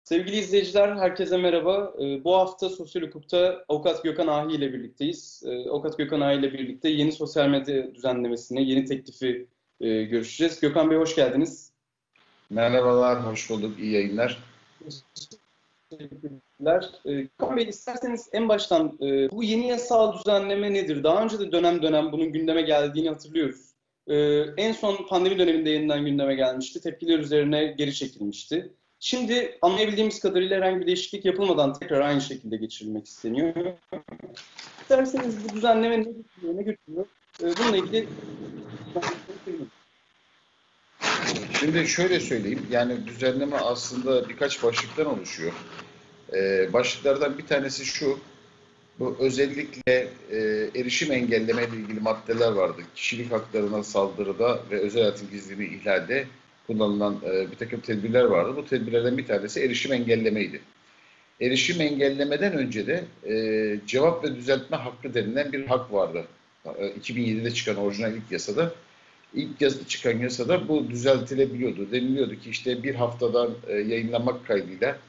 Sevgili izleyiciler, herkese merhaba. Bu hafta Sosyal Hukuk'ta Avukat Gökhan Ahi ile birlikteyiz. Avukat Gökhan Ahi ile birlikte yeni sosyal medya düzenlemesini, yeni teklifi görüşeceğiz. Gökhan Bey hoş geldiniz. Merhabalar, hoş bulduk, iyi yayınlar. Teşekkürler. Gökhan Bey isterseniz en baştan bu yeni yasal düzenleme nedir? Daha önce de dönem dönem bunun gündeme geldiğini hatırlıyoruz. En son pandemi döneminde yeniden gündeme gelmişti. Tepkiler üzerine geri çekilmişti. Şimdi anlayabildiğimiz kadarıyla herhangi bir değişiklik yapılmadan tekrar aynı şekilde geçirilmek isteniyor. İsterseniz bu düzenleme ne getiriyor, ne götürüyor? Bununla ilgili Şimdi şöyle söyleyeyim, yani düzenleme aslında birkaç başlıktan oluşuyor. Başlıklardan bir tanesi şu, bu özellikle erişim engelleme ile ilgili maddeler vardı. Kişilik haklarına saldırıda ve özel hayatın gizliliğini ihlalde kullanılan bir takım tedbirler vardı. Bu tedbirlerden bir tanesi erişim engellemeydi. Erişim engellemeden önce de cevap ve düzeltme hakkı denilen bir hak vardı. 2007'de çıkan orijinal ilk yasada. İlk çıkan yasada bu düzeltilebiliyordu. Deniliyordu ki işte bir haftadan yayınlamak kaydıyla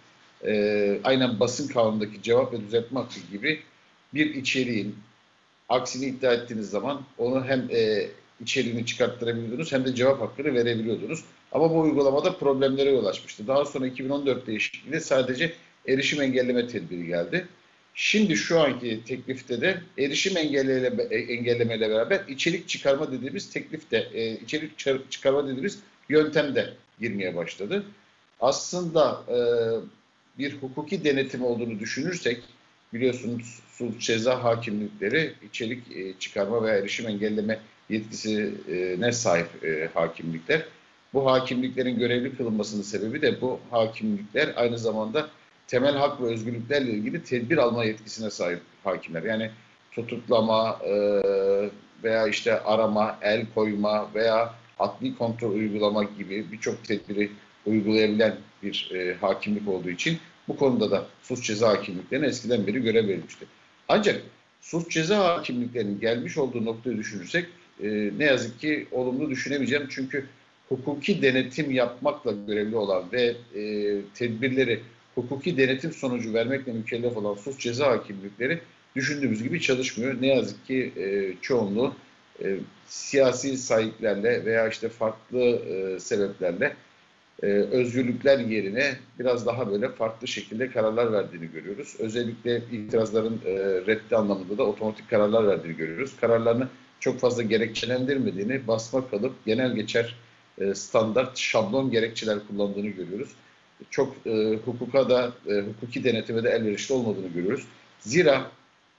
aynen basın kanunundaki cevap ve düzeltme hakkı gibi bir içeriğin aksini iddia ettiğiniz zaman onu hem içeriğini çıkarttırabiliyordunuz hem de cevap hakkını verebiliyordunuz. Ama bu uygulamada problemlere yol açmıştı. Daha sonra 2014 değişikliğinde sadece erişim engelleme tedbiri geldi. Şimdi şu anki teklifte de erişim engellemeyle beraber içerik çıkarma dediğimiz içerik çıkarma dediğimiz yöntem de girmeye başladı. Aslında bir hukuki denetim olduğunu düşünürsek, biliyorsunuz sulh ceza hakimlikleri içerik çıkarma veya erişim engelleme yetkisine sahip hakimlikler. Bu hakimliklerin görevli kılınmasının sebebi de bu hakimlikler aynı zamanda temel hak ve özgürlüklerle ilgili tedbir alma yetkisine sahip hakimler. Yani tutuklama veya işte arama, el koyma veya adli kontrol uygulama gibi birçok tedbiri uygulayabilen bir hakimlik olduğu için bu konuda da suç ceza hakimliklerine eskiden beri görev verilmişti. Ancak suç ceza hakimliklerinin gelmiş olduğu noktayı düşünürsek ne yazık ki olumlu düşünemeyeceğim. Çünkü hukuki denetim yapmakla görevli olan ve tedbirleri hukuki denetim sonucu vermekle mükellef olan suç ceza hakimlikleri düşündüğümüz gibi çalışmıyor. Ne yazık ki çoğunluğu siyasi sahiplerle veya işte farklı sebeplerle özgürlükler yerine biraz daha böyle farklı şekilde kararlar verdiğini görüyoruz. Özellikle itirazların reddi anlamında da otomatik kararlar verdiğini görüyoruz. Kararlarını çok fazla gerekçelendirmediğini, basma kalıp genel geçer standart şablon gerekçeler kullandığını görüyoruz. Çok hukuka da hukuki denetime de elverişli olmadığını görüyoruz. Zira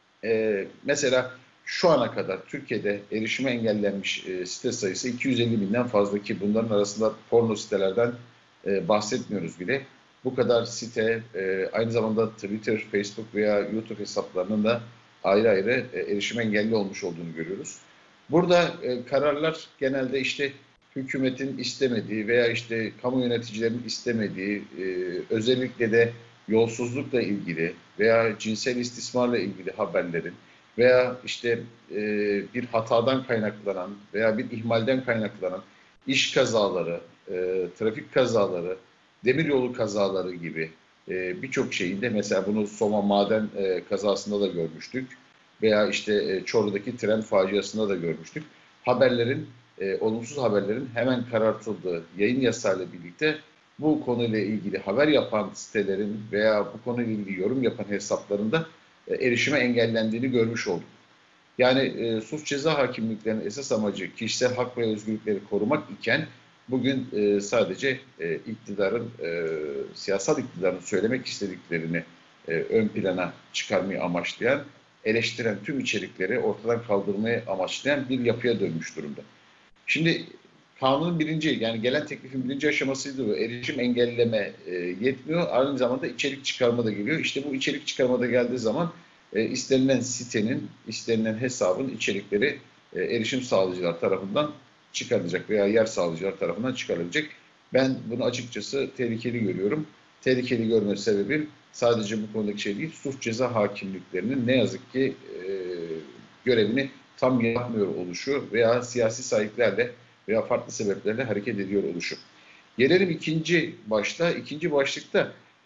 mesela şu ana kadar Türkiye'de erişime engellenmiş site sayısı 250 binden fazla, ki bunların arasında porno sitelerden bahsetmiyoruz bile. Bu kadar site aynı zamanda Twitter, Facebook veya YouTube hesaplarının da ayrı ayrı erişime engelli olmuş olduğunu görüyoruz. Burada kararlar genelde işte hükümetin istemediği veya işte kamu yöneticilerinin istemediği, özellikle de yolsuzlukla ilgili veya cinsel istismarla ilgili haberlerin veya işte bir hatadan kaynaklanan veya bir ihmalden kaynaklanan iş kazaları, trafik kazaları, demiryolu kazaları gibi birçok şeyinde, mesela bunu Soma maden kazasında da görmüştük veya işte Çorlu'daki tren faciasında da görmüştük. Haberlerin, olumsuz haberlerin hemen karartıldığı yayın yasayla birlikte bu konuyla ilgili haber yapan sitelerin veya bu konuyla ilgili yorum yapan hesaplarında erişime engellendiğini görmüş olduk. Yani suç ceza hakimliklerinin esas amacı kişisel hak ve özgürlükleri korumak iken bugün sadece iktidarın, siyasal iktidarın söylemek istediklerini ön plana çıkarmayı amaçlayan, eleştiren tüm içerikleri ortadan kaldırmayı amaçlayan bir yapıya dönmüş durumda. Şimdi kanunun yani gelen teklifin birinci aşamasıydı bu. Erişim engelleme yetmiyor. Aynı zamanda içerik çıkarma da geliyor. İşte bu içerik çıkarma da geldiği zaman istenilen sitenin, istenilen hesabın içerikleri erişim sağlayıcılar tarafından çıkarılacak veya yer sağlayıcılar tarafından çıkarılacak. Ben bunu açıkçası tehlikeli görüyorum. Tehlikeli görme sebebim sadece bu konudaki şey değil, suç ceza hakimliklerinin ne yazık ki görevini tam yapmıyor oluşu veya siyasi sahiplerle veya farklı sebeplerle hareket ediyor oluşu. Gelelim ikinci başta. İkinci başlıkta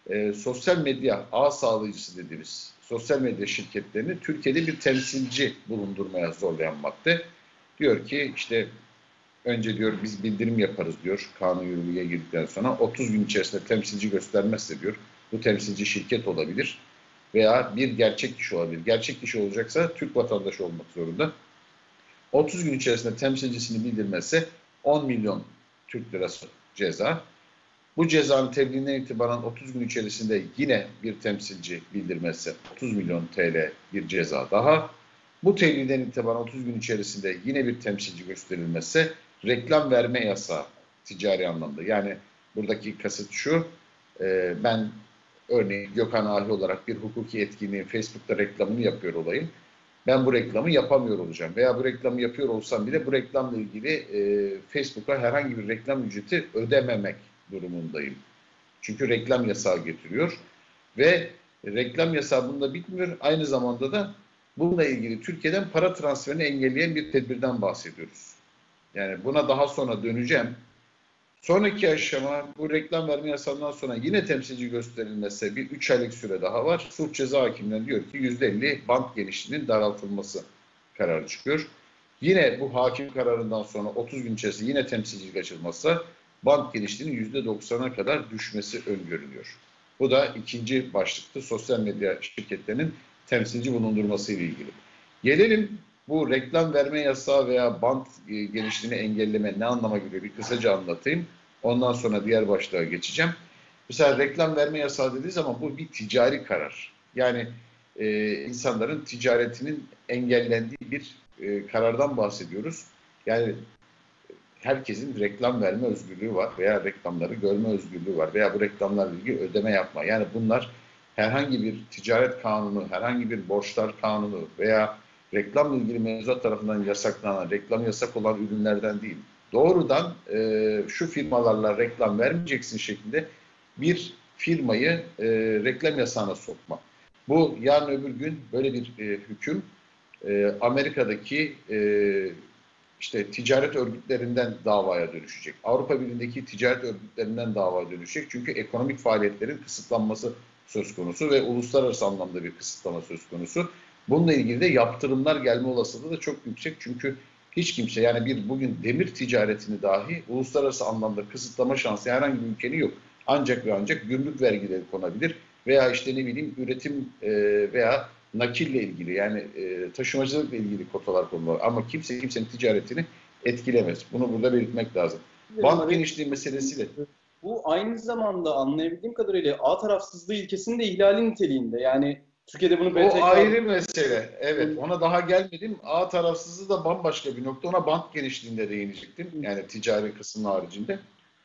sosyal medya ağ sağlayıcısı dediğimiz sosyal medya şirketlerini Türkiye'de bir temsilci bulundurmaya zorlayan madde. Diyor ki işte önce diyor biz bildirim yaparız diyor kanun yürürlüğe girdikten sonra 30 gün içerisinde temsilci göstermezse diyor bu temsilci şirket olabilir veya bir gerçek kişi olabilir. Gerçek kişi olacaksa Türk vatandaşı olmak zorunda. 30 gün içerisinde temsilcisini bildirmezse 10 milyon Türk lirası ceza. Bu cezanın tebliğinden itibaren 30 gün içerisinde yine bir temsilci bildirmezse 30 milyon TL bir ceza daha. Bu tebliğden itibaren 30 gün içerisinde yine bir temsilci gösterilmezse reklam verme yasağı ticari anlamda. Yani buradaki kasıt şu, ben örneğin Gökhan Ahi olarak bir hukuki etkinliğin Facebook'ta reklamını yapıyor olayım. Ben bu reklamı yapamıyor olacağım veya bu reklamı yapıyor olsam bile bu reklamla ilgili Facebook'a herhangi bir reklam ücreti ödememek durumundayım. Çünkü reklam yasağı getiriyor ve reklam yasağı bunda bitmiyor. Aynı zamanda da bununla ilgili Türkiye'den para transferini engelleyen bir tedbirden bahsediyoruz. Yani buna daha sonra döneceğim. Sonraki aşama bu reklam verme yasağından sonra yine temsilci gösterilmezse bir 3 aylık süre daha var. Suç Ceza Hakimliği'nden diyor ki %50 bant genişliğinin daraltılması kararı çıkıyor. Yine bu hakim kararından sonra 30 gün içerisinde yine temsilcilik açılmazsa bant genişliğinin %90'a kadar düşmesi öngörülüyor. Bu da ikinci başlıktı sosyal medya şirketlerinin temsilci bulundurması ile ilgili. Gelelim bu reklam verme yasağı veya bant genişliğini engelleme ne anlama geliyor bir kısaca anlatayım. Ondan sonra diğer başlığa geçeceğim. Mesela reklam verme yasağı dediği zaman bu bir ticari karar. Yani insanların ticaretinin engellendiği bir karardan bahsediyoruz. Yani herkesin reklam verme özgürlüğü var veya reklamları görme özgürlüğü var veya bu reklamlarla ilgili ödeme yapma. Yani bunlar herhangi bir ticaret kanunu, herhangi bir borçlar kanunu veya reklamla ilgili mevzuat tarafından yasaklanan, reklam yasak olan ürünlerden değil. Doğrudan şu firmalarla reklam vermeyeceksin şeklinde bir firmayı reklam yasağına sokma. Bu yarın öbür gün böyle bir hüküm Amerika'daki işte ticaret örgütlerinden davaya dönüşecek. Avrupa Birliği'ndeki ticaret örgütlerinden davaya dönüşecek. Çünkü ekonomik faaliyetlerin kısıtlanması söz konusu ve uluslararası anlamda bir kısıtlama söz konusu. Bununla ilgili de yaptırımlar gelme olasılığı da çok yüksek. Çünkü hiç kimse yani bir bugün demir ticaretini dahi uluslararası anlamda kısıtlama şansı herhangi bir ülkenin yok. Ancak ve ancak gümrük vergileri konabilir veya işte ne bileyim üretim veya nakille ilgili yani taşımacılıkla ilgili kotalar konulur. Ama kimse kimsenin ticaretini etkilemez. Bunu burada belirtmek lazım. Bant genişliği meselesiyle. Bu aynı zamanda anlayabildiğim kadarıyla ağ tarafsızlığı ilkesinin de ihlali niteliğinde. Yani Türkiye'de bunu BTK... O ayrı mesele. Evet, ona daha gelmedim. Ağ tarafsızlığı da bambaşka bir nokta. Ona bant genişliğinde değinecektim. Yani ticari kısmın haricinde.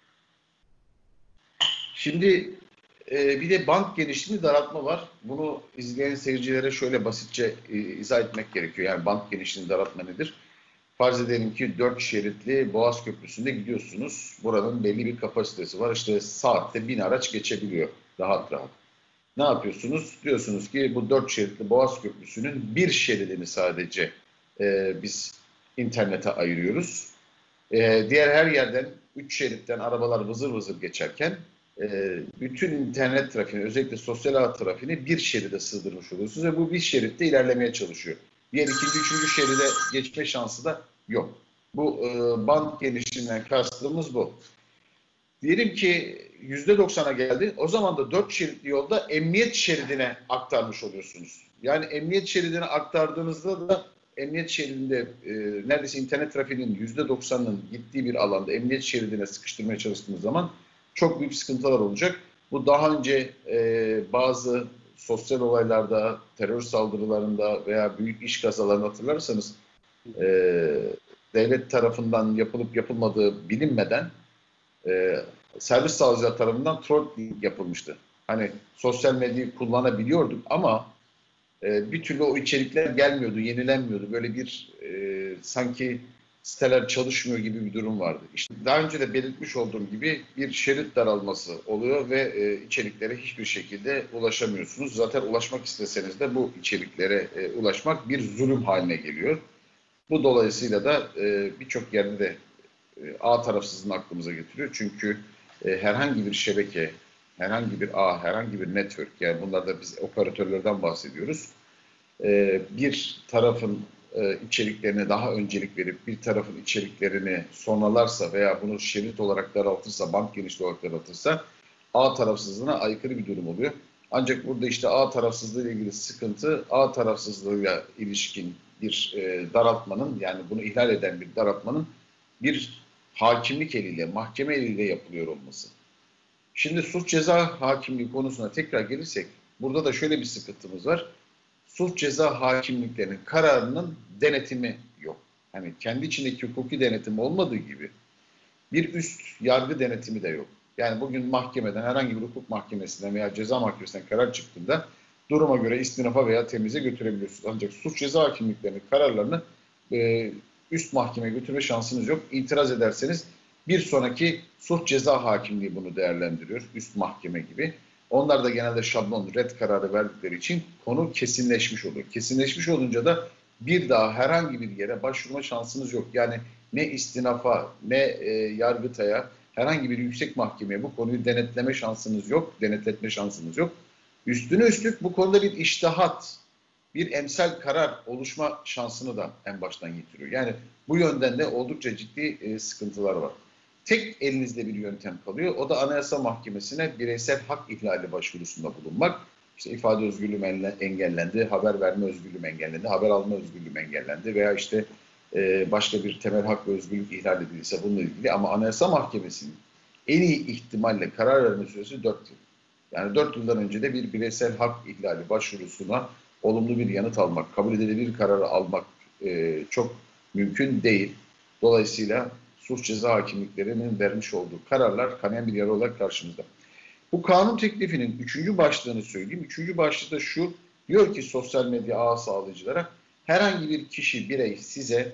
Şimdi bir de bant genişliğini daraltma var. Bunu izleyen seyircilere şöyle basitçe izah etmek gerekiyor. Yani bant genişliğini daraltma nedir? Farz edelim ki 4 şeritli Boğaz Köprüsü'nde gidiyorsunuz. Buranın belli bir kapasitesi var. İşte saatte 1000 araç geçebiliyor rahat rahat. Ne yapıyorsunuz? Diyorsunuz ki bu 4 şeritli Boğaz Köprüsü'nün bir şeridini sadece biz internete ayırıyoruz. Diğer her yerden 3 şeritten arabalar vızır vızır geçerken bütün internet trafiğini özellikle sosyal ağ trafiğini bir şeride sığdırmış oluyorsunuz ve bu bir şeritte ilerlemeye çalışıyor. Diğer ikinci, üçüncü şeride geçme şansı da yok. Bu band genişliğinden kastımız bu. Diyelim ki %90'a geldi. O zaman da 4 şeritli yolda emniyet şeridine aktarmış oluyorsunuz. Yani emniyet şeridine aktardığınızda da emniyet şeridinde neredeyse internet trafiğinin %90'ının gittiği bir alanda emniyet şeridine sıkıştırmaya çalıştığınız zaman çok büyük sıkıntılar olacak. Bu daha önce bazı sosyal olaylarda, terör saldırılarında veya büyük iş kazalarını hatırlarsanız devlet tarafından yapılıp yapılmadığı bilinmeden servis sağlayıcılar tarafından trolling yapılmıştı. Hani sosyal medyayı kullanabiliyorduk ama bir türlü o içerikler gelmiyordu, yenilenmiyordu. Böyle bir sanki siteler çalışmıyor gibi bir durum vardı. İşte daha önce de belirtmiş olduğum gibi bir şerit daralması oluyor ve içeriklere hiçbir şekilde ulaşamıyorsunuz. Zaten ulaşmak isteseniz de bu içeriklere ulaşmak bir zulüm haline geliyor. Bu dolayısıyla da birçok yerde de ağ tarafsızlığını aklımıza getiriyor. Çünkü herhangi bir şebeke herhangi bir ağ, herhangi bir network, yani bunlarda biz operatörlerden bahsediyoruz. Bir tarafın içeriklerine daha öncelik verip bir tarafın içeriklerini sonralarsa veya bunu şerit olarak daraltırsa, band genişliği olarak daraltırsa ağ tarafsızlığına aykırı bir durum oluyor. Ancak burada işte ağ tarafsızlığı ile ilgili sıkıntı, ağ tarafsızlığıyla ilişkin bir daraltmanın, yani bunu ihlal eden bir daraltmanın bir hakimlik eliyle, mahkeme eliyle yapılıyor olması. Şimdi suç ceza hakimliği konusuna tekrar gelirsek, burada da şöyle bir sıkıntımız var. Suç ceza hakimliklerinin kararının denetimi yok. Hani kendi içindeki hukuki denetim olmadığı gibi bir üst yargı denetimi de yok. Yani bugün mahkemeden, herhangi bir hukuk mahkemesinden veya ceza mahkemesinden karar çıktığında duruma göre istinafa veya temize götürebiliyorsunuz. Ancak suç ceza hakimliklerinin kararlarını üst mahkemeye götürme şansınız yok. İtiraz ederseniz bir sonraki suç ceza hakimliği bunu değerlendiriyor. Üst mahkeme gibi. Onlar da genelde şablon red kararı verdikleri için konu kesinleşmiş oluyor. Kesinleşmiş olunca da bir daha herhangi bir yere başvurma şansınız yok. Yani ne istinafa ne Yargıtay'a, herhangi bir yüksek mahkemeye bu konuyu denetleme şansınız yok, denetletme şansınız yok. Üstüne üstlük bu konuda bir içtihat, bir emsal karar oluşma şansını da en baştan getiriyor. Yani bu yönden de oldukça ciddi sıkıntılar var. Tek elinizde bir yöntem kalıyor. O da Anayasa Mahkemesi'ne bireysel hak ihlali başvurusunda bulunmak. İşte ifade özgürlüğüm engellendi, haber verme özgürlüğüm engellendi, haber alma özgürlüğüm engellendi veya işte başka bir temel hak ve özgürlük ihlal edilirse bununla ilgili. Ama Anayasa Mahkemesi'nin en iyi ihtimalle karar verme süresi 4 yıl. Yani 4 yıldan önce de bir bireysel hak ihlali başvurusuna olumlu bir yanıt almak, kabul edilebilir kararı almak çok mümkün değil. Dolayısıyla suç ceza hakimliklerinin vermiş olduğu kararlar kanayan bir yara olarak karşımızda. Bu kanun teklifinin 3. başlığını söyleyeyim. 3. başlığı da şu, diyor ki sosyal medya ağ sağlayıcılara, herhangi bir kişi, birey size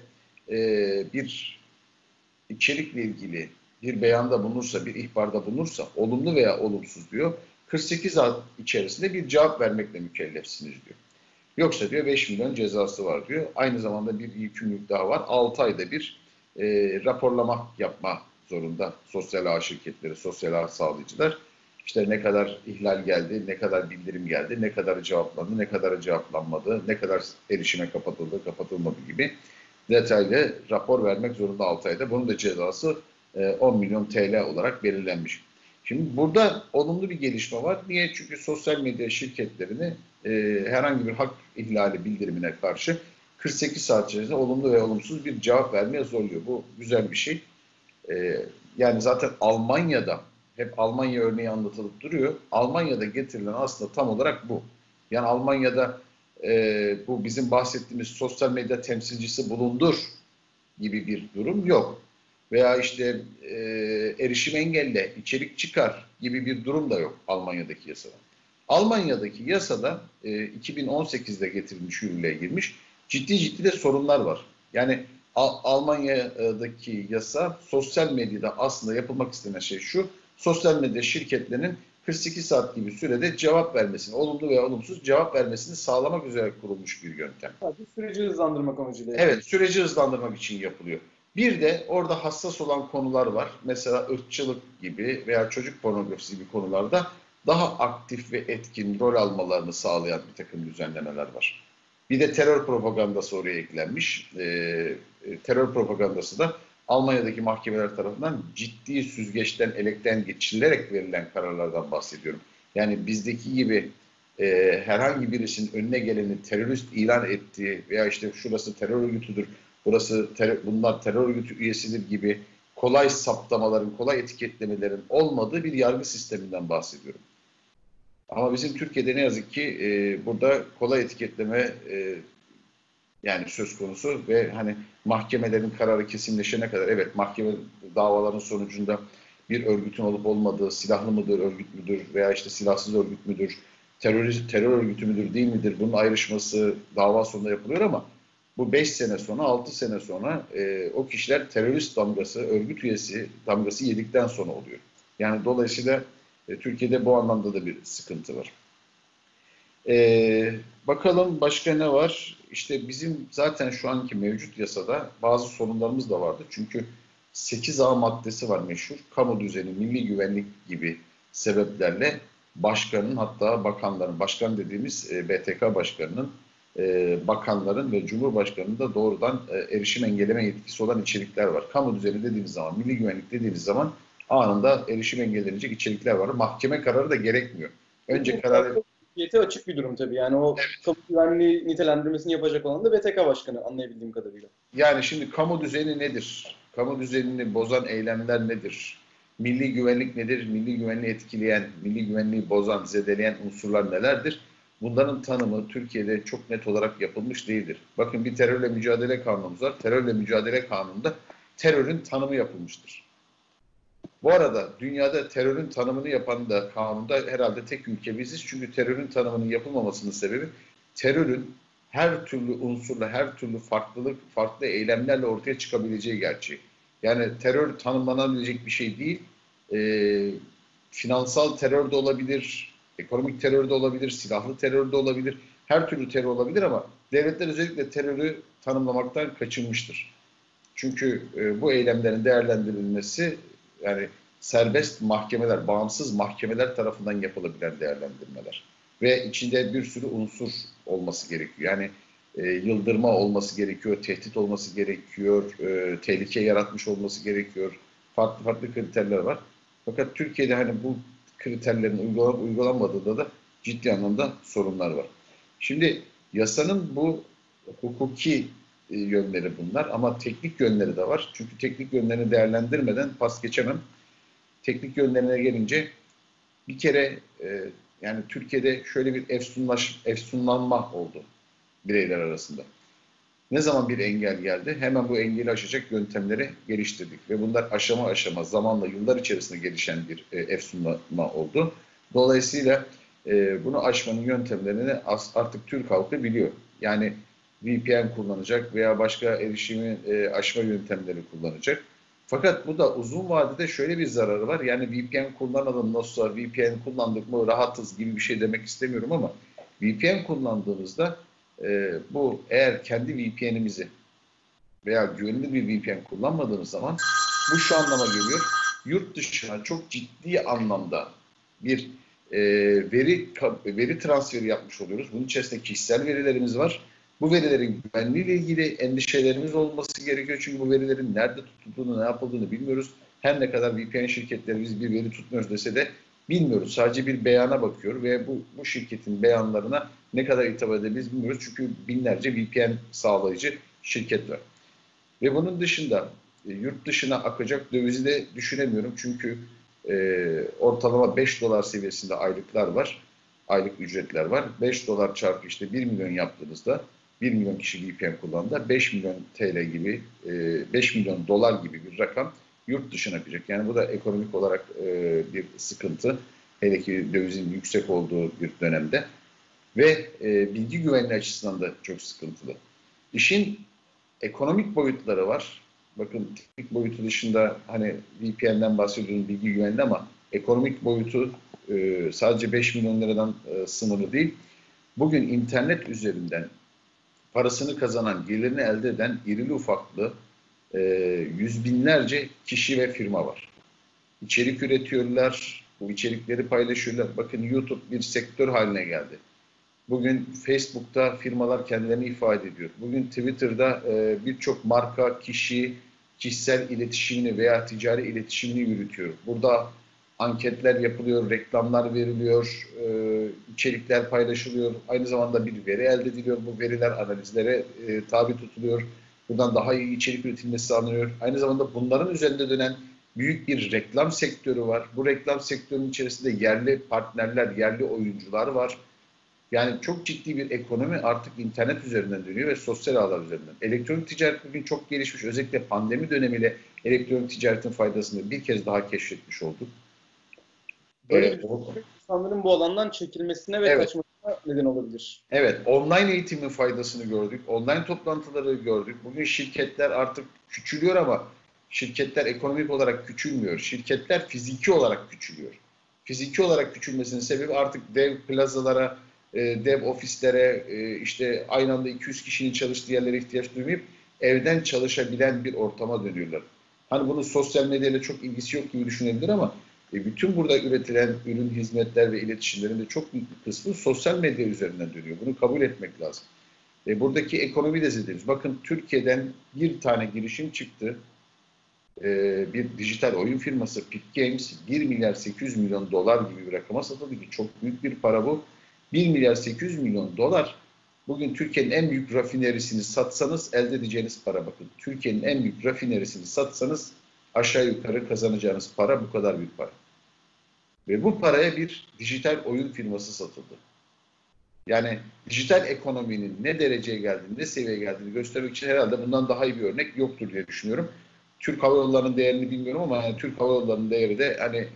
bir içerikle ilgili bir beyanda bulunursa, bir ihbarda bulunursa, olumlu veya olumsuz diyor, 48 saat içerisinde bir cevap vermekle mükellefsiniz diyor. Yoksa diyor 5 milyon cezası var diyor. Aynı zamanda bir yükümlülük daha var. 6 ayda bir raporlama yapma zorunda sosyal ağ şirketleri, sosyal ağ sağlayıcılar. İşte ne kadar ihlal geldi, ne kadar bildirim geldi, ne kadar cevaplandı, ne kadar cevaplanmadı, ne kadar erişime kapatıldı, kapatılmadı gibi detaylı rapor vermek zorunda 6 ayda. Bunun da cezası 10 milyon TL olarak belirlenmiş. Şimdi burada olumlu bir gelişme var. Niye? Çünkü sosyal medya şirketlerini herhangi bir hak ihlali bildirimine karşı 48 saat içerisinde olumlu ve olumsuz bir cevap vermeye zorluyor. Bu güzel bir şey. Yani zaten Almanya'da hep Almanya örneği anlatılıp duruyor. Almanya'da getirilen aslında tam olarak bu. Yani Almanya'da bu bizim bahsettiğimiz sosyal medya temsilcisi bulundur gibi bir durum yok. Veya işte erişim engelle, içerik çıkar gibi bir durum da yok Almanya'daki yasada. Almanya'daki yasada 2018'de getirilmiş, yürürlüğe girmiş. Ciddi de sorunlar var. Yani Almanya'daki yasa sosyal medyada aslında yapılmak istenen şey şu: sosyal medya şirketlerinin 48 saat gibi sürede cevap vermesini, olumlu veya olumsuz cevap vermesini sağlamak üzere kurulmuş bir yöntem. Sadece süreci hızlandırmak amacıyla. Evet, süreci hızlandırmak için yapılıyor. Bir de orada hassas olan konular var. Mesela ırkçılık gibi veya çocuk pornografisi gibi konularda daha aktif ve etkin rol almalarını sağlayan bir takım düzenlemeler var. Bir de terör propagandası oraya eklenmiş. Terör propagandası da Almanya'daki mahkemeler tarafından ciddi süzgeçten, elekten geçirilerek verilen kararlardan bahsediyorum. Yani bizdeki gibi herhangi birisinin önüne geleni terörist ilan ettiği veya işte şurası terör örgütüdür, bunlar terör örgütü üyesidir gibi kolay saptamaların, kolay etiketlemelerin olmadığı bir yargı sisteminden bahsediyorum. Ama bizim Türkiye'de ne yazık ki burada kolay etiketleme yani söz konusu ve hani mahkemelerin kararı kesinleşene kadar, evet, mahkeme davaların sonucunda bir örgütün olup olmadığı, silahlı mıdır, örgüt müdür veya işte silahsız örgüt müdür, terör örgütü müdür, değil midir, bunun ayrışması dava sonunda yapılıyor ama bu 5 sene sonra, 6 sene sonra o kişiler terörist damgası, örgüt üyesi damgası yedikten sonra oluyor. Yani dolayısıyla Türkiye'de bu anlamda da bir sıkıntı var. Bakalım başka ne var? İşte bizim zaten şu anki mevcut yasada bazı sorunlarımız da vardı. Çünkü 8A maddesi var meşhur. Kamu düzeni, milli güvenlik gibi sebeplerle başkanın, hatta bakanların, başkan dediğimiz BTK başkanının, bakanların ve Cumhurbaşkanı'nın da doğrudan erişim engelleme yetkisi olan içerikler var. Kamu düzeni dediğimiz zaman, milli güvenlik dediğimiz zaman anında erişim engellenecek içerikler var. Mahkeme kararı da gerekmiyor. Önce kararı... Hükümete açık bir durum tabii. Yani o kamu güvenliği nitelendirmesini yapacak olan da BTK Başkanı anlayabildiğim kadarıyla. Yani şimdi kamu düzeni nedir? Kamu düzenini bozan eylemler nedir? Milli güvenlik nedir? Milli güvenliği etkileyen, milli güvenliği bozan, zedeleyen unsurlar nelerdir? Bunların tanımı Türkiye'de çok net olarak yapılmış değildir. Bakın bir terörle mücadele kanunumuz var. Terörle mücadele kanununda terörün tanımı yapılmıştır. Bu arada dünyada terörün tanımını yapan da kanunda herhalde tek ülke biziz. Çünkü terörün tanımının yapılmamasının sebebi terörün her türlü unsurla, her türlü farklılık, farklı eylemlerle ortaya çıkabileceği gerçeği. Yani terör tanımlanabilecek bir şey değil. Finansal terör de olabilir, ekonomik terör de olabilir, silahlı terör de olabilir. Her türlü terör olabilir ama devletler özellikle terörü tanımlamaktan kaçınmıştır. Çünkü bu eylemlerin değerlendirilmesi yani serbest mahkemeler, bağımsız mahkemeler tarafından yapılabilen değerlendirmeler. Ve içinde bir sürü unsur olması gerekiyor. Yani yıldırma olması gerekiyor, tehdit olması gerekiyor, tehlike yaratmış olması gerekiyor. Farklı farklı kriterler var. Fakat Türkiye'de hani bu kriterlerin uygulanmadığında da ciddi anlamda sorunlar var. Şimdi yasanın bu hukuki yönleri bunlar ama teknik yönleri de var. Çünkü teknik yönlerini değerlendirmeden pas geçemem. Teknik yönlerine gelince bir kere yani Türkiye'de şöyle bir efsunlanma oldu bireyler arasında. Ne zaman bir engel geldi hemen bu engeli aşacak yöntemleri geliştirdik. Ve bunlar aşama aşama zamanla yıllar içerisinde gelişen bir efsunlanma oldu. Dolayısıyla bunu aşmanın yöntemlerini artık Türk halkı biliyor. Yani VPN kullanacak veya başka erişimi aşma yöntemleri kullanacak. Fakat bu da uzun vadede şöyle bir zararı var. Yani VPN kullanalım nasılsa VPN kullandık mı rahatız gibi bir şey demek istemiyorum ama VPN kullandığınızda bu eğer kendi VPN'imizi veya güvenilir bir VPN kullanmadığınız zaman bu şu anlama geliyor. Yurt dışına çok ciddi anlamda bir veri transferi yapmış oluyoruz. Bunun içerisinde kişisel verilerimiz var. Bu verilerin güvenliğiyle ilgili endişelerimiz olması gerekiyor. Çünkü bu verilerin nerede tutulduğunu, ne yapıldığını bilmiyoruz. Her ne kadar VPN şirketleri biz bir veri tutmuyoruz dese de bilmiyoruz. Sadece bir beyana bakıyor ve bu şirketin beyanlarına ne kadar hitap edebiliriz bilmiyoruz. Çünkü binlerce VPN sağlayıcı şirket var. Ve bunun dışında yurt dışına akacak dövizi de düşünemiyorum. Çünkü ortalama 5 dolar seviyesinde aylıklar var. Aylık ücretler var. 5 dolar çarpı işte 1 milyon yaptığınızda 1 milyon kişi VPN kullandı. 5 milyon TL gibi 5 milyon dolar gibi bir rakam yurt dışına akacak. Yani bu da ekonomik olarak bir sıkıntı. Hele ki dövizin yüksek olduğu bir dönemde. Ve bilgi güvenliği açısından da çok sıkıntılı. İşin ekonomik boyutları var. Bakın teknik boyutu dışında hani VPN'den bahsediyoruz bilgi güvenliği ama ekonomik boyutu sadece 5 milyon liradan sınırlı değil. Bugün internet üzerinden parasını kazanan, gelirini elde eden irili ufaklı yüz binlerce kişi ve firma var. İçerik üretiyorlar, bu içerikleri paylaşıyorlar. Bakın YouTube bir sektör haline geldi. Bugün Facebook'ta firmalar kendilerini ifade ediyor. Bugün Twitter'da birçok marka, kişi, kişisel iletişimini veya ticari iletişimini yürütüyor. Burada anketler yapılıyor, reklamlar veriliyor, içerikler paylaşılıyor. Aynı zamanda bir veri elde ediliyor. Bu veriler analizlere tabi tutuluyor. Buradan daha iyi içerik üretilmesi sağlanıyor. Aynı zamanda bunların üzerinde dönen büyük bir reklam sektörü var. Bu reklam sektörünün içerisinde yerli partnerler, yerli oyuncular var. Yani çok ciddi bir ekonomi artık internet üzerinden dönüyor ve sosyal ağlar üzerinden. Elektronik ticaret bugün çok gelişmiş. Özellikle pandemi dönemiyle elektronik ticaretin faydasını bir kez daha keşfetmiş olduk. Böyle bir insanların bu alandan çekilmesine ve kaçmasına neden olabilir. Evet, online eğitimin faydasını gördük. Online toplantıları gördük. Bugün şirketler artık küçülüyor ama şirketler ekonomik olarak küçülmüyor. Şirketler fiziki olarak küçülüyor. Fiziki olarak küçülmesinin sebebi artık dev plazalara, dev ofislere, işte aynı anda 200 kişinin çalıştığı yerlere ihtiyaç duymayıp evden çalışabilen bir ortama dönüyorlar. Hani bunun sosyal medyayla çok ilgisi yok gibi düşünebilir ama Bütün burada üretilen ürün, hizmetler ve iletişimlerin de çok büyük bir kısmı sosyal medya üzerinden dönüyor. Bunu kabul etmek lazım. Buradaki ekonomi de zedeliyoruz. Bakın Türkiye'den bir tane girişim çıktı. Bir dijital oyun firması Peak Games 1 milyar 800 milyon dolar gibi bir rakama satıldı ki çok büyük bir para bu. 1 milyar 800 milyon dolar bugün Türkiye'nin en büyük rafinerisini satsanız elde edeceğiniz para bakın. Türkiye'nin en büyük rafinerisini satsanız aşağı yukarı kazanacağınız para bu kadar bir para. Ve bu paraya bir dijital oyun firması satıldı. Yani dijital ekonominin ne dereceye geldiğini, ne seviyeye geldiğini göstermek için herhalde bundan daha iyi bir örnek yoktur diye düşünüyorum. Türk Hava Yolları'nın değerini bilmiyorum ama yani Türk Hava Yolları'nın değeri de hani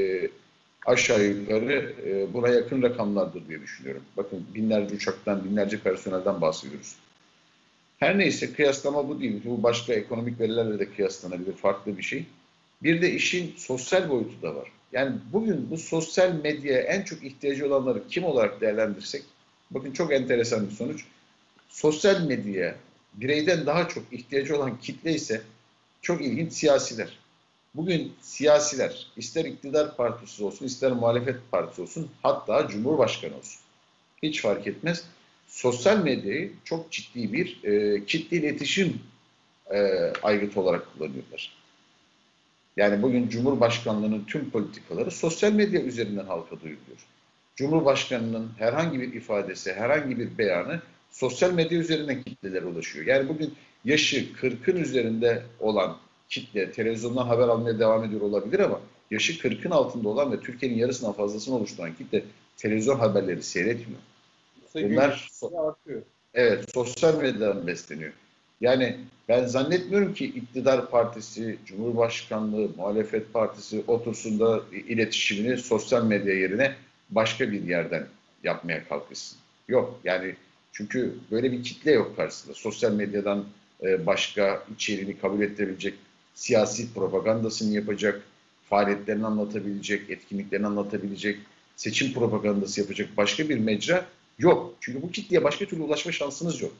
aşağı yukarı buna yakın rakamlardır diye düşünüyorum. Bakın binlerce uçaktan, binlerce personelden bahsediyoruz. Her neyse kıyaslama bu değil. Bu başka ekonomik verilerle de kıyaslanabilir, farklı bir şey. Bir de işin sosyal boyutu da var. Yani bugün bu sosyal medyaya en çok ihtiyacı olanları kim olarak değerlendirsek, bakın çok enteresan bir sonuç. Sosyal medyaya bireyden daha çok ihtiyacı olan kitle ise çok ilginç siyasiler. Bugün siyasiler ister iktidar partisi olsun, ister muhalefet partisi olsun, hatta Cumhurbaşkanı olsun. Hiç fark etmez. Sosyal medyayı çok ciddi bir kitle iletişim aygıtı olarak kullanıyorlar. Yani bugün Cumhurbaşkanlığının tüm politikaları sosyal medya üzerinden halka duyuluyor. Cumhurbaşkanının herhangi bir ifadesi, herhangi bir beyanı sosyal medya üzerinden kitlelere ulaşıyor. Yani bugün yaşı 40'ın üzerinde olan kitle televizyondan haber almaya devam ediyor olabilir ama yaşı 40'ın altında olan ve Türkiye'nin yarısından fazlasını oluşturan kitle televizyon haberleri seyretmiyor. Bunlar artıyor. evet sosyal medyadan besleniyor. Yani ben zannetmiyorum ki iktidar partisi, Cumhurbaşkanlığı, muhalefet partisi otursun da iletişimini sosyal medya yerine başka bir yerden yapmaya kalkışsın. Yok yani çünkü böyle bir kitle yok karşısında. Sosyal medyadan başka içeriğini kabul ettirebilecek, siyasi propagandasını yapacak, faaliyetlerini anlatabilecek, etkinliklerini anlatabilecek, seçim propagandası yapacak başka bir mecra yok. Çünkü bu kitleye başka türlü ulaşma şansınız yok.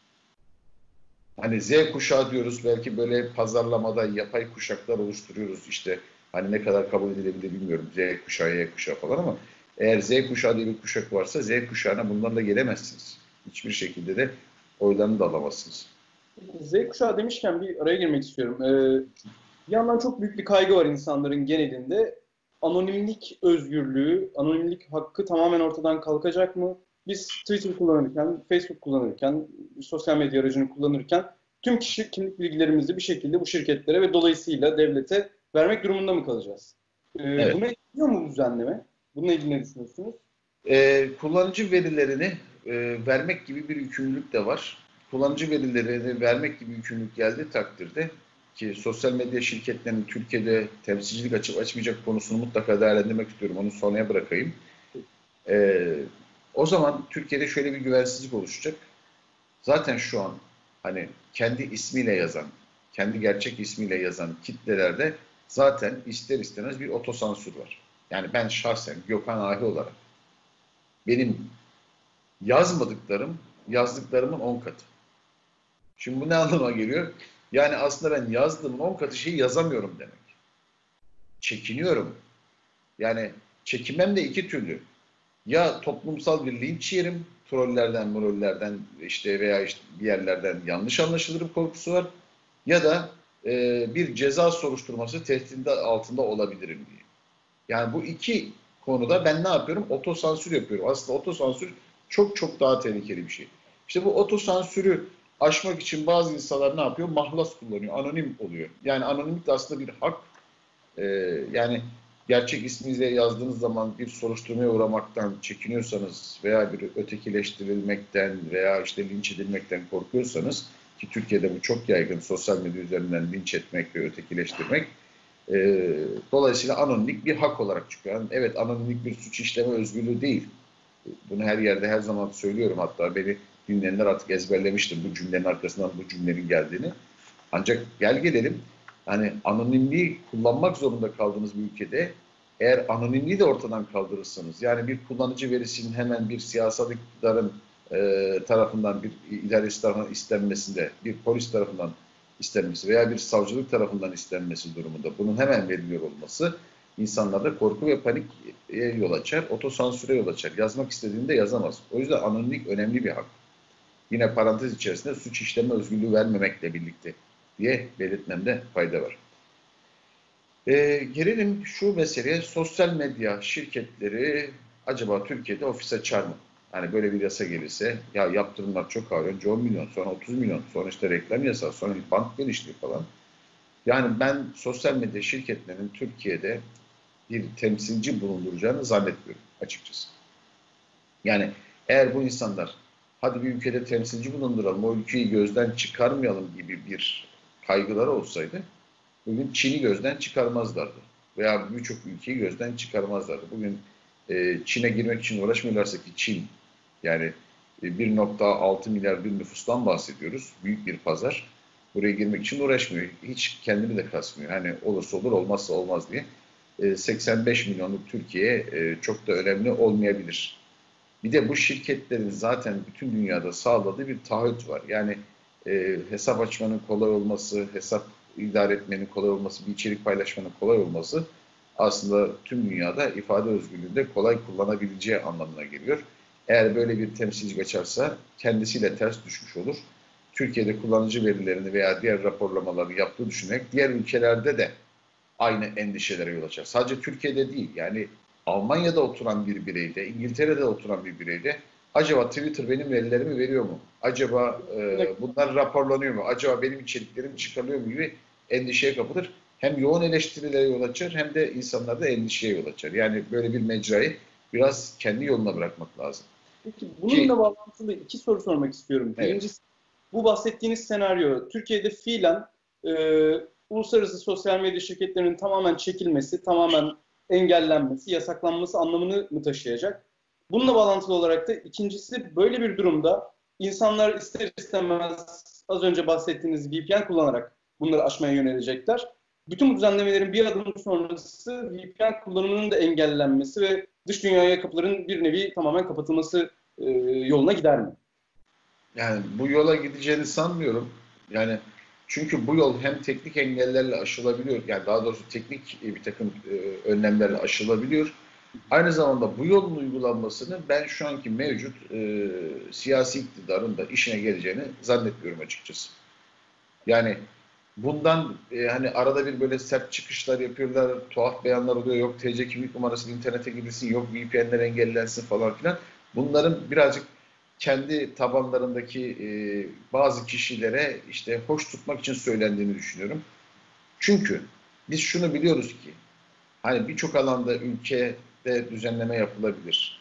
Hani Z kuşağı diyoruz belki böyle pazarlamada yapay kuşaklar oluşturuyoruz işte. Hani ne kadar kabul edilebilir bilmiyorum Z kuşağı, Y kuşağı falan ama eğer Z kuşağı diye bir kuşak varsa Z kuşağına bundan da gelemezsiniz. Hiçbir şekilde de oylarını da alamazsınız. Z kuşağı demişken bir araya girmek istiyorum. Bir yandan çok büyük bir kaygı var insanların genelinde. Anonimlik özgürlüğü, anonimlik hakkı tamamen ortadan kalkacak mı? Biz Twitter kullanırken, Facebook kullanırken, sosyal medya aracını kullanırken tüm kişi kimlik bilgilerimizi bir şekilde bu şirketlere ve dolayısıyla devlete vermek durumunda mı kalacağız? Evet. Buna etkiliyor mu bu düzenleme? Bununla ilgili ne düşünüyorsunuz? Kullanıcı verilerini vermek gibi bir yükümlülük de var. Kullanıcı verilerini vermek gibi yükümlülük geldiği takdirde ki sosyal medya şirketlerinin Türkiye'de temsilcilik açıp açmayacak konusunu mutlaka değerlendirmek istiyorum. Onu sonraya bırakayım. O zaman Türkiye'de şöyle bir güvensizlik oluşacak. Zaten şu an hani kendi ismiyle yazan, kendi gerçek ismiyle yazan kitlelerde zaten ister istemez bir otosansür var. Yani ben şahsen Gökhan Ahi olarak benim yazmadıklarım yazdıklarımın 10 katı. Şimdi bu ne anlama geliyor? Yani aslında ben yazdığımın 10 katı şeyi yazamıyorum demek. Çekiniyorum. Yani çekinmem de iki türlü. Ya toplumsal bir linç yerim, trollerden, morollerden işte veya işte bir yerlerden yanlış anlaşılırım korkusu var. Ya da bir ceza soruşturması tehdidi altında olabilirim diye. Yani bu iki konuda ben ne yapıyorum? Otosansür yapıyorum. Aslında otosansür çok çok daha tehlikeli bir şey. İşte bu otosansürü aşmak için bazı insanlar ne yapıyor? Mahlas kullanıyor, anonim oluyor. Yani anonimlik de aslında bir hak. Yani gerçek isminize yazdığınız zaman bir soruşturmaya uğramaktan çekiniyorsanız veya bir ötekileştirilmekten veya işte linç edilmekten korkuyorsanız ki Türkiye'de bu çok yaygın sosyal medya üzerinden linç etmek ve ötekileştirmek dolayısıyla anonimlik bir hak olarak çıkıyor. Yani evet anonimlik bir suç işleme özgürlüğü değil. Bunu her yerde her zaman söylüyorum hatta beni dinleyenler artık ezberlemiştir bu cümlenin arkasından bu cümlenin geldiğini. Ancak gel gelelim hani anonimliği kullanmak zorunda kaldığınız bir ülkede eğer anonimliği de ortadan kaldırırsanız yani bir kullanıcı verisinin hemen bir siyasal iktidarın tarafından bir idaresi tarafından istenmesinde bir polis tarafından istenmesi veya bir savcılık tarafından istenmesi durumunda bunun hemen veriliyor olması insanlarda korku ve panik yol açar, otosansüre yol açar. Yazmak istediğinde yazamaz. O yüzden anonimlik önemli bir hak. Yine parantez içerisinde suç işleme özgürlüğü vermemekle birlikte diye belirtmemde fayda var. Gelelim şu meseleye, sosyal medya şirketleri acaba Türkiye'de ofis açar mı? Hani böyle bir yasa gelirse, ya yaptırımlar çok ağır, önce 10 milyon, sonra 30 milyon, sonra işte reklam yasağı, sonra bank genişliği falan. Yani ben sosyal medya şirketlerinin Türkiye'de bir temsilci bulunduracağını zannetmiyorum açıkçası. Yani eğer bu insanlar hadi bir ülkede temsilci bulunduralım, o ülkeyi gözden çıkarmayalım gibi bir kaygıları olsaydı bugün Çin'i gözden çıkarmazlardı. Veya birçok ülkeyi gözden çıkarmazlardı. Bugün Çin'e girmek için uğraşmıyorlarsa ki Çin yani 1,6 milyar bir nüfustan bahsediyoruz. Büyük bir pazar. Buraya girmek için uğraşmıyor. Hiç kendini de kasmıyor. Hani olursa olur olmazsa olmaz diye. 85 milyonluk Türkiye çok da önemli olmayabilir. Bir de bu şirketlerin zaten bütün dünyada sağladığı bir taahhüt var. Yani hesap açmanın kolay olması, hesap idare etmenin kolay olması, bir içerik paylaşmanın kolay olması aslında tüm dünyada ifade özgürlüğünde kolay kullanabileceği anlamına geliyor. Eğer böyle bir temsilci açarsa kendisiyle ters düşmüş olur. Türkiye'de kullanıcı verilerini veya diğer raporlamaları yaptığı düşünerek diğer ülkelerde de aynı endişelere yol açar. Sadece Türkiye'de değil, yani Almanya'da oturan bir bireyde, İngiltere'de oturan bir bireyde acaba Twitter benim verilerimi veriyor mu? Acaba bunlar raporlanıyor mu? Acaba benim içeriklerim çıkarılıyor mu gibi endişeye kapılır. Hem yoğun eleştirilere yol açar hem de insanlarda endişeye yol açar. Yani böyle bir mecrayı biraz kendi yoluna bırakmak lazım. Peki Ki bununla bağlantılı iki soru sormak istiyorum. evet, Birincisi, bu bahsettiğiniz senaryo Türkiye'de fiilen e, uluslararası sosyal medya şirketlerinin tamamen çekilmesi, tamamen engellenmesi, yasaklanması anlamını mı taşıyacak? Bununla bağlantılı olarak da ikincisi, böyle bir durumda insanlar ister istemez az önce bahsettiğiniz VPN kullanarak bunları aşmaya yönelecekler. Bütün bu düzenlemelerin bir adım sonrası VPN kullanımının da engellenmesi ve dış dünyaya kapıların bir nevi tamamen kapatılması yoluna gider mi? yani bu yola gideceğini sanmıyorum. Yani çünkü bu yol hem teknik engellerle aşılabiliyor, yani daha doğrusu teknik bir takım önlemlerle aşılabiliyor. Aynı zamanda bu yolun uygulanmasını ben şu anki mevcut siyasi iktidarın da işine geleceğini zannetmiyorum açıkçası. Yani bundan hani arada bir böyle sert çıkışlar yapıyorlar, tuhaf beyanlar oluyor. Yok TC kimlik numarası internete girilsin, yok VPN'ler engellensin falan filan. Bunların birazcık kendi tabanlarındaki bazı kişilere işte hoş tutmak için söylendiğini düşünüyorum. Çünkü biz şunu biliyoruz ki hani birçok alanda ülkede düzenleme yapılabilir.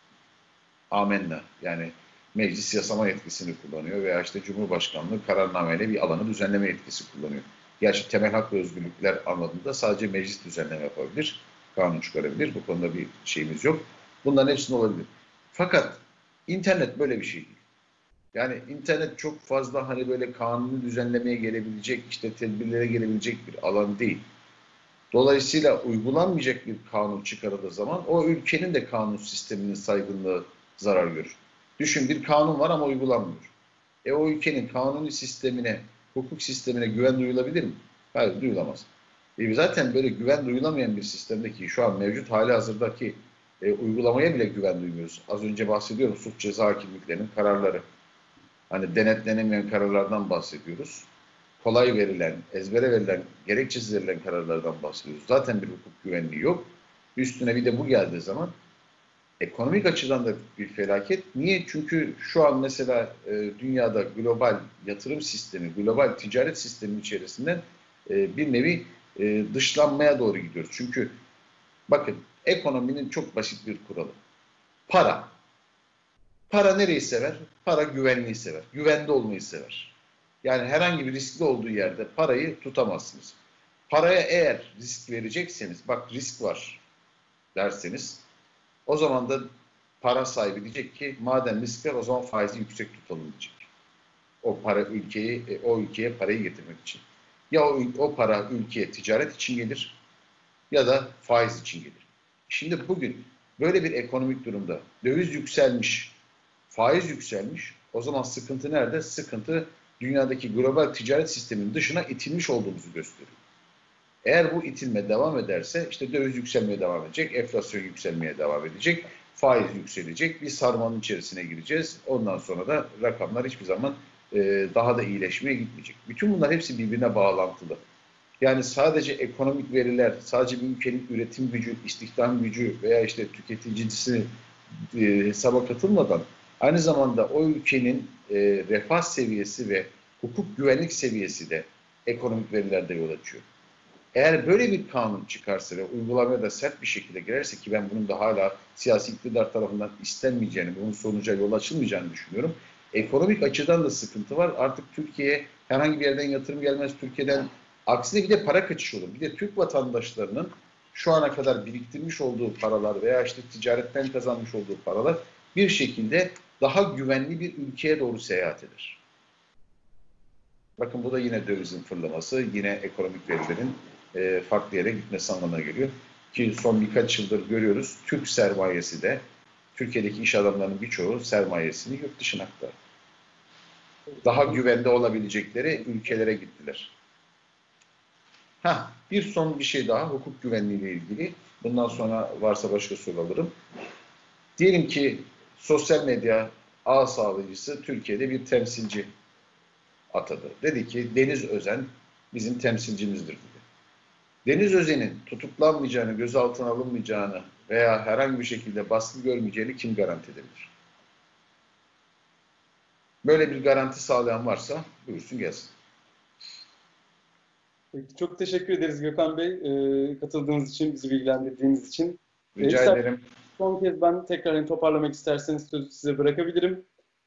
Amenna. Yani meclis yasama yetkisini kullanıyor veya işte Cumhurbaşkanlığı kararnameyle bir alanı düzenleme yetkisi kullanıyor. Gerçi temel hak ve özgürlükler anlamında sadece meclis düzenleme yapabilir, kanun çıkarabilir. Bu konuda bir şeyimiz yok. Bunların hepsinde olabilir. Fakat internet böyle bir şey değil. Yani internet çok fazla hani böyle kanuni düzenlemeye gelebilecek, işte tedbirlere gelebilecek bir alan değil. Dolayısıyla uygulanmayacak bir kanun çıkarıldığı zaman o ülkenin de kanun sisteminin saygınlığı zarar görür. Düşün, bir kanun var ama uygulanmıyor. O ülkenin kanuni sistemine, hukuk sistemine güven duyulabilir mi? Hayır, duyulamaz. Zaten böyle güven duyulamayan bir sistemdeki şu an mevcut hali hazırdaki uygulamaya bile güven duymuyoruz. Az önce bahsediyorum, suç ceza hakimliklerinin kararları. Hani denetlenemeyen kararlardan bahsediyoruz. Kolay verilen, ezbere verilen, gerekçesiz verilen kararlardan bahsediyoruz. Zaten bir hukuk güvenliği yok. Üstüne bir de bu geldiği zaman ekonomik açıdan da bir felaket. Niye? Çünkü şu an mesela dünyada global yatırım sistemi, global ticaret sistemi içerisinden bir nevi dışlanmaya doğru gidiyoruz. Çünkü bakın, ekonominin çok basit bir kuralı. Para. Para nereyi sever? Para güvenliği sever. Güvende olmayı sever. Yani herhangi bir riskli olduğu yerde parayı tutamazsınız. Paraya eğer risk verecekseniz, bak risk var derseniz, o zaman da para sahibi diyecek ki madem risk var o zaman faizi yüksek tutalım diyecek. O para ülkeyi, o ülkeye parayı getirmek için. Ya o para ülkeye ticaret için gelir ya da faiz için gelir. Şimdi bugün böyle bir ekonomik durumda döviz yükselmiş, faiz yükselmiş. O zaman sıkıntı nerede? Sıkıntı dünyadaki global ticaret sisteminin dışına itilmiş olduğumuzu gösteriyor. Eğer bu itilme devam ederse işte döviz yükselmeye devam edecek, enflasyon yükselmeye devam edecek, faiz yükselecek, bir sarmalın içerisine gireceğiz. Ondan sonra da rakamlar hiçbir zaman daha da iyileşmeye gitmeyecek. Bütün bunlar hepsi birbirine bağlantılı. Yani sadece ekonomik veriler, sadece bir ülkenin üretim gücü, istihdam gücü veya işte tüketicisi hesaba katılmadan aynı zamanda o ülkenin refah seviyesi ve hukuk güvenlik seviyesi de ekonomik verilerde yol açıyor. Eğer böyle bir kanun çıkarsa ve uygulamaya da sert bir şekilde girerse, ki ben bunun da hala siyasi iktidar tarafından istenmeyeceğini, bunun sonuca yol açılmayacağını düşünüyorum. Ekonomik açıdan da sıkıntı var. Artık Türkiye'ye herhangi bir yerden yatırım gelmez. Türkiye'den aksine bir de para kaçışı olur. Bir de Türk vatandaşlarının şu ana kadar biriktirmiş olduğu paralar veya işte ticaretten kazanmış olduğu paralar bir şekilde daha güvenli bir ülkeye doğru seyahat eder. Bakın bu da yine dövizin fırlaması, yine ekonomik verilerin farklı yere gitmesi anlamına geliyor. Ki son birkaç yıldır görüyoruz, Türk sermayesi de, Türkiye'deki iş adamlarının birçoğu sermayesini yurt dışına aktardı. Daha güvende olabilecekleri ülkelere gittiler. Bir son bir şey daha, hukuk güvenliği ile ilgili. Bundan sonra varsa başka soru alırım. Diyelim ki sosyal medya ağ sağlayıcısı Türkiye'de bir temsilci atadı. Dedi ki Deniz Özen bizim temsilcimizdir dedi. Deniz Özen'in tutuklanmayacağını, gözaltına alınmayacağını veya herhangi bir şekilde baskı görmeyeceğini kim garanti edebilir? Böyle bir garanti sağlayan varsa buyursun gelsin. Çok teşekkür ederiz Gökhan Bey. Katıldığınız için, bizi bilgilendirdiğiniz için. Rica ederim. Son kez ben tekrar toparlamak isterseniz sözü size bırakabilirim.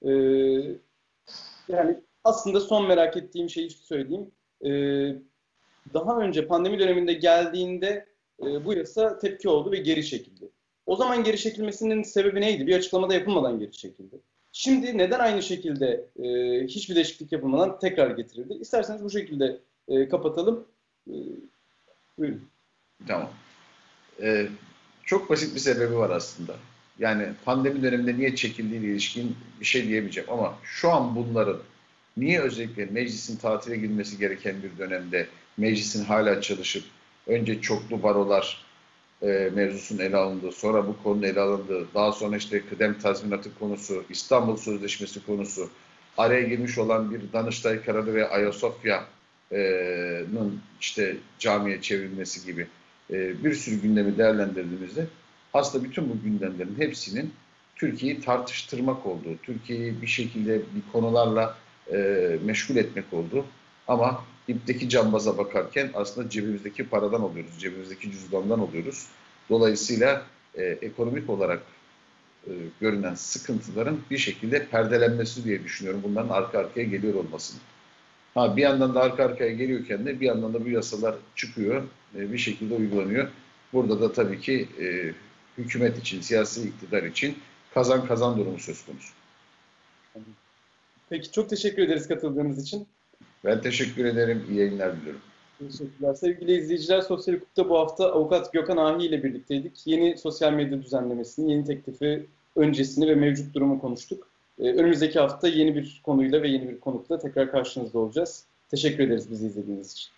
Yani aslında son merak ettiğim şeyi söyleyeyim. Daha önce pandemi döneminde geldiğinde bu yasa tepki oldu ve geri çekildi. O zaman geri çekilmesinin sebebi neydi? Bir açıklamada yapılmadan geri çekildi. Şimdi neden aynı şekilde hiçbir değişiklik yapılmadan tekrar getirildi? İsterseniz bu şekilde kapatalım. Buyurun. Tamam. Çok basit bir sebebi var aslında. Yani pandemi döneminde niye çekildiğine ilişkin bir şey diyemeyeceğim ama şu an bunların niye özellikle meclisin tatile girmesi gereken bir dönemde meclisin hala çalışıp önce çoklu barolar mevzusunun ele alındığı, sonra bu konu ele alındığı, daha sonra işte kıdem tazminatı konusu, İstanbul Sözleşmesi konusu, araya girmiş olan bir Danıştay kararı ve Ayasofya'nın işte camiye çevrilmesi gibi bir sürü gündemi değerlendirdiğimizde aslında bütün bu gündemlerin hepsinin Türkiye'yi tartıştırmak olduğu, Türkiye'yi bir şekilde bir konularla meşgul etmek olduğu ama ipteki cambaza bakarken aslında cebimizdeki paradan oluyoruz, cebimizdeki cüzdandan oluyoruz. Dolayısıyla ekonomik olarak görünen sıkıntıların bir şekilde perdelenmesi diye düşünüyorum. Bunların arka arkaya geliyor olmasını. Bir yandan da arka arkaya geliyorken de bir yandan da bu yasalar çıkıyor, bir şekilde uygulanıyor. Burada da tabii ki hükümet için, siyasi iktidar için kazan kazan durumu söz konusu. Peki çok teşekkür ederiz katıldığınız için. Ben teşekkür ederim. İyi yayınlar diliyorum. Teşekkürler. Sevgili izleyiciler, Sosyal Hukuk'ta bu hafta Avukat Gökhan Ahi ile birlikteydik. Yeni sosyal medya düzenlemesini, yeni teklifi, öncesini ve mevcut durumu konuştuk. Önümüzdeki hafta yeni bir konuyla ve yeni bir konukla tekrar karşınızda olacağız. Teşekkür ederiz bizi izlediğiniz için.